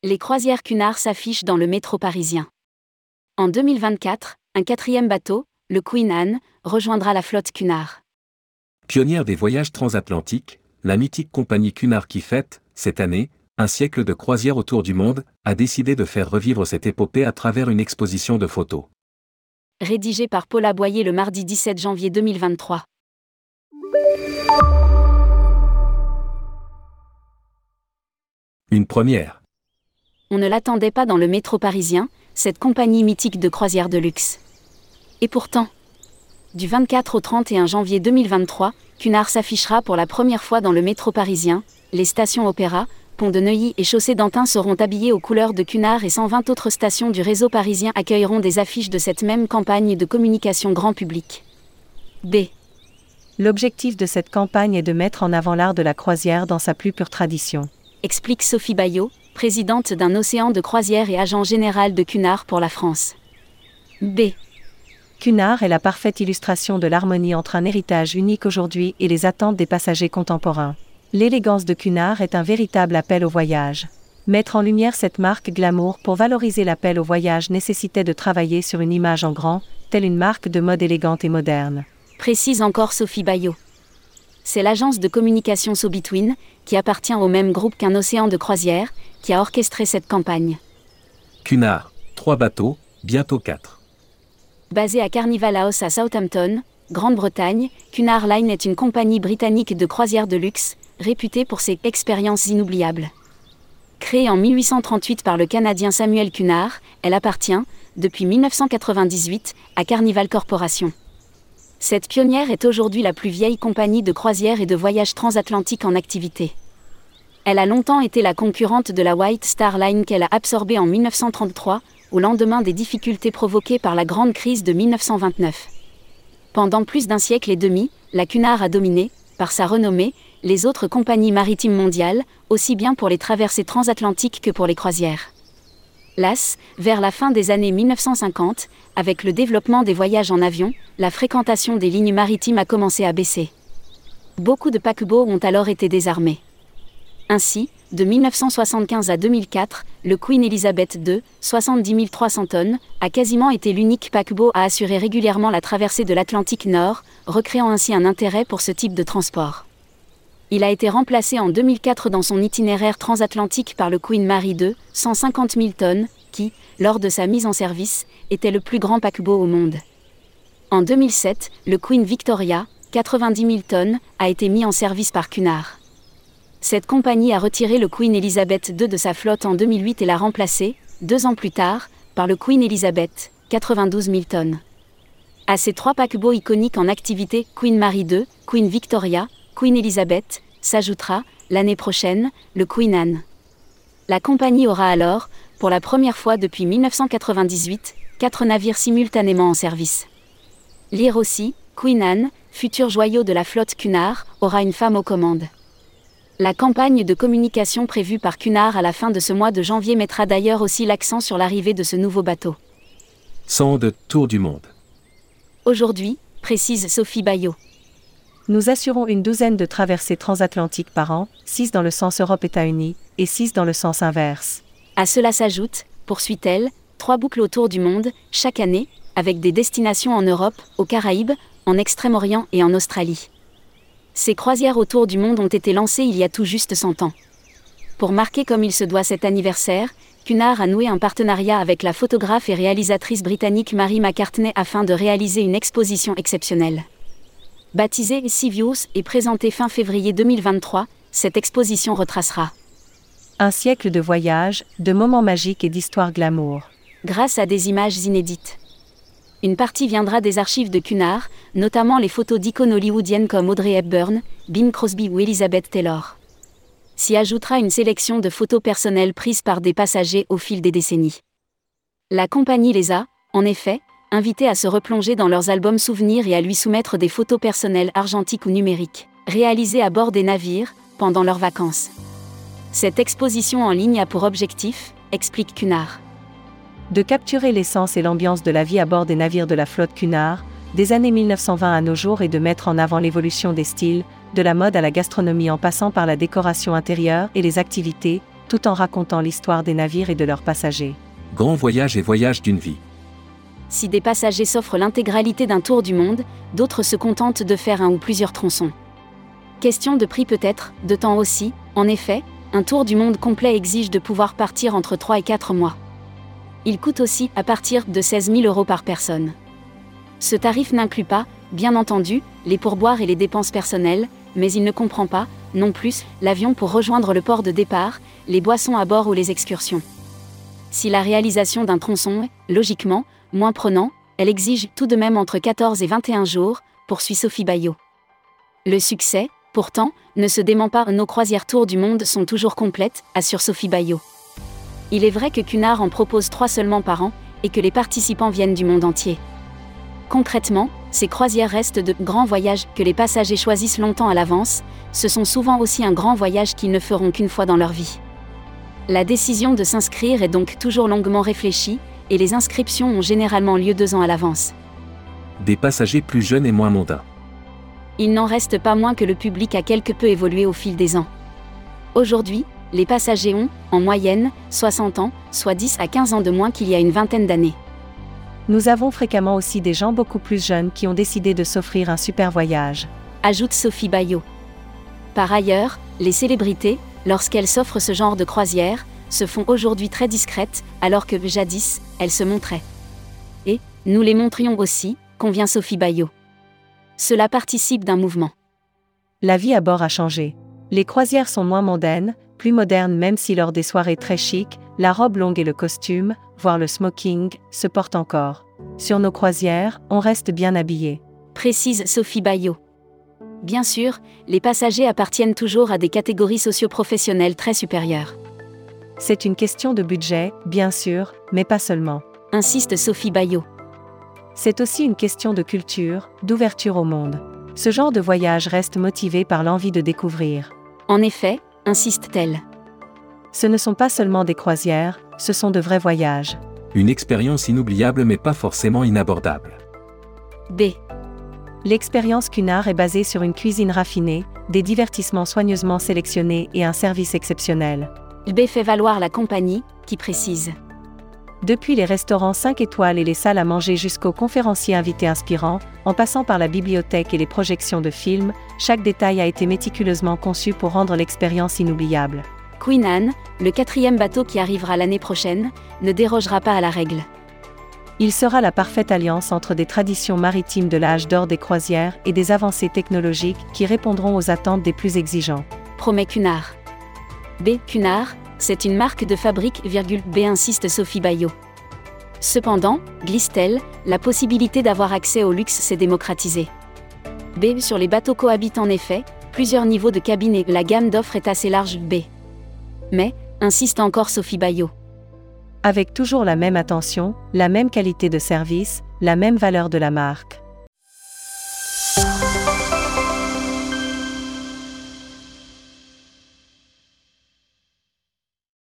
Les croisières Cunard s'affichent dans le métro parisien. En 2024, un quatrième bateau, le Queen Anne, rejoindra la flotte Cunard. Pionnière des voyages transatlantiques, la mythique compagnie Cunard qui fête, cette année, un siècle de croisière autour du monde, a décidé de faire revivre cette épopée à travers une exposition de photos. Rédigé par Paula Boyer le mardi 17 janvier 2023. Une première. On ne l'attendait pas dans le métro parisien, cette compagnie mythique de croisière de luxe. Et pourtant, du 24 au 31 janvier 2023, Cunard s'affichera pour la première fois dans le métro parisien. Les stations Opéra, Pont de Neuilly et Chaussée d'Antin seront habillées aux couleurs de Cunard et 120 autres stations du réseau parisien accueilleront des affiches de cette même campagne de communication grand public. B. L'objectif de cette campagne est de mettre en avant l'art de la croisière dans sa plus pure tradition. Explique Sophie Bayot, présidente d'un Océan de croisière et agent général de Cunard pour la France. B. Cunard est la parfaite illustration de l'harmonie entre un héritage unique aujourd'hui et les attentes des passagers contemporains. L'élégance de Cunard est un véritable appel au voyage. Mettre en lumière cette marque glamour pour valoriser l'appel au voyage nécessitait de travailler sur une image en grand, telle une marque de mode élégante et moderne. Précise encore Sophie Bayot. C'est l'agence de communication SoBetween, qui appartient au même groupe qu'un Océan de croisière, qui a orchestré cette campagne. Cunard, 3 bateaux, bientôt 4. Basée à Carnival House à Southampton, Grande-Bretagne, Cunard Line est une compagnie britannique de croisière de luxe, réputée pour ses expériences inoubliables. Créée en 1838 par le Canadien Samuel Cunard, elle appartient, depuis 1998, à Carnival Corporation. Cette pionnière est aujourd'hui la plus vieille compagnie de croisière et de voyage transatlantique en activité. Elle a longtemps été la concurrente de la White Star Line qu'elle a absorbée en 1933, au lendemain des difficultés provoquées par la grande crise de 1929. Pendant plus d'un siècle et demi, la Cunard a dominé, par sa renommée, les autres compagnies maritimes mondiales, aussi bien pour les traversées transatlantiques que pour les croisières. Las, vers la fin des années 1950, avec le développement des voyages en avion, la fréquentation des lignes maritimes a commencé à baisser. Beaucoup de paquebots ont alors été désarmés. Ainsi, de 1975 à 2004, le Queen Elizabeth II, 70 300 tonnes, a quasiment été l'unique paquebot à assurer régulièrement la traversée de l'Atlantique Nord, recréant ainsi un intérêt pour ce type de transport. Il a été remplacé en 2004 dans son itinéraire transatlantique par le Queen Mary II, 150 000 tonnes, qui, lors de sa mise en service, était le plus grand paquebot au monde. En 2007, le Queen Victoria, 90 000 tonnes, a été mis en service par Cunard. Cette compagnie a retiré le Queen Elizabeth II de sa flotte en 2008 et l'a remplacé, 2 ans plus tard, par le Queen Elizabeth, 92 000 tonnes. À ces 3 paquebots iconiques en activité, Queen Mary II, Queen Victoria, Queen Elizabeth, s'ajoutera, l'année prochaine, le Queen Anne. La compagnie aura alors, pour la première fois depuis 1998, 4 navires simultanément en service. Lire aussi, Queen Anne, futur joyau de la flotte Cunard, aura une femme aux commandes. La campagne de communication prévue par Cunard à la fin de ce mois de janvier mettra d'ailleurs aussi l'accent sur l'arrivée de ce nouveau bateau. 100 de tour du monde. Aujourd'hui, précise Sophie Bayot. Nous assurons une douzaine de traversées transatlantiques par an, 6 dans le sens Europe-États-Unis, et 6 dans le sens inverse. À cela s'ajoute, poursuit-elle, 3 boucles autour du monde, chaque année, avec des destinations en Europe, aux Caraïbes, en Extrême-Orient et en Australie. Ces croisières autour du monde ont été lancées il y a tout juste 100 ans. Pour marquer comme il se doit cet anniversaire, Cunard a noué un partenariat avec la photographe et réalisatrice britannique Mary McCartney afin de réaliser une exposition exceptionnelle. Baptisée Seaviews et présentée fin février 2023, cette exposition retracera un siècle de voyages, de moments magiques et d'histoires glamour. Grâce à des images inédites. Une partie viendra des archives de Cunard, notamment les photos d'icônes hollywoodiennes comme Audrey Hepburn, Bing Crosby ou Elizabeth Taylor. S'y ajoutera une sélection de photos personnelles prises par des passagers au fil des décennies. La compagnie les a, en effet, invités à se replonger dans leurs albums souvenirs et à lui soumettre des photos personnelles argentiques ou numériques, réalisées à bord des navires, pendant leurs vacances. Cette exposition en ligne a pour objectif, explique Cunard, de capturer l'essence et l'ambiance de la vie à bord des navires de la flotte Cunard, des années 1920 à nos jours et de mettre en avant l'évolution des styles, de la mode à la gastronomie en passant par la décoration intérieure et les activités, tout en racontant l'histoire des navires et de leurs passagers. Grand voyage et voyage d'une vie. Si des passagers s'offrent l'intégralité d'un tour du monde, d'autres se contentent de faire un ou plusieurs tronçons. Question de prix peut-être, de temps aussi, en effet, un tour du monde complet exige de pouvoir partir entre 3 et 4 mois. Il coûte aussi à partir de 16 000 € par personne. Ce tarif n'inclut pas, bien entendu, les pourboires et les dépenses personnelles, mais il ne comprend pas, non plus, l'avion pour rejoindre le port de départ, les boissons à bord ou les excursions. Si la réalisation d'un tronçon est, logiquement, moins prenant, elle exige tout de même entre 14 et 21 jours, poursuit Sophie Bayot. Le succès, pourtant, ne se dément pas. Nos croisières tour du monde sont toujours complètes, assure Sophie Bayot. Il est vrai que Cunard en propose 3 seulement par an, et que les participants viennent du monde entier. Concrètement, ces croisières restent de grands voyages que les passagers choisissent longtemps à l'avance, ce sont souvent aussi un grand voyage qu'ils ne feront qu'une fois dans leur vie. La décision de s'inscrire est donc toujours longuement réfléchie, et les inscriptions ont généralement lieu 2 ans à l'avance. Des passagers plus jeunes et moins mondains. Il n'en reste pas moins que le public a quelque peu évolué au fil des ans. Aujourd'hui, les passagers ont, en moyenne, 60 ans, soit 10 à 15 ans de moins qu'il y a une vingtaine d'années. Nous avons fréquemment aussi des gens beaucoup plus jeunes qui ont décidé de s'offrir un super voyage, ajoute Sophie Bayot. Par ailleurs, les célébrités, lorsqu'elles s'offrent ce genre de croisière, se font aujourd'hui très discrètes, alors que, jadis, elles se montraient. Et, nous les montrions aussi, convient Sophie Bayot. Cela participe d'un mouvement. La vie à bord a changé. Les croisières sont moins mondaines, plus modernes même si lors des soirées très chic, la robe longue et le costume, voire le smoking, se portent encore. Sur nos croisières, on reste bien habillé, précise Sophie Bayot. Bien sûr, les passagers appartiennent toujours à des catégories socio-professionnelles très supérieures. C'est une question de budget, bien sûr, mais pas seulement, insiste Sophie Bayot. C'est aussi une question de culture, d'ouverture au monde. Ce genre de voyage reste motivé par l'envie de découvrir. En effet, insiste-t-elle. Ce ne sont pas seulement des croisières, ce sont de vrais voyages. Une expérience inoubliable mais pas forcément inabordable. B. L'expérience Cunard est basée sur une cuisine raffinée, des divertissements soigneusement sélectionnés et un service exceptionnel. B fait valoir la compagnie, qui précise. Depuis les restaurants 5 étoiles et les salles à manger jusqu'aux conférenciers invités inspirants, en passant par la bibliothèque et les projections de films, chaque détail a été méticuleusement conçu pour rendre l'expérience inoubliable. Queen Anne, le 4e bateau qui arrivera l'année prochaine, ne dérogera pas à la règle. Il sera la parfaite alliance entre des traditions maritimes de l'âge d'or des croisières et des avancées technologiques qui répondront aux attentes des plus exigeants, promet Cunard. B. Cunard, c'est une marque de fabrique, B insiste Sophie Bayot. Cependant, glisse-t-elle, la possibilité d'avoir accès au luxe s'est démocratisée. B. Sur les bateaux cohabitent en effet plusieurs niveaux de cabine et la gamme d'offres est assez large. B. Mais, insiste encore Sophie Bayot. Avec toujours la même attention, la même qualité de service, la même valeur de la marque.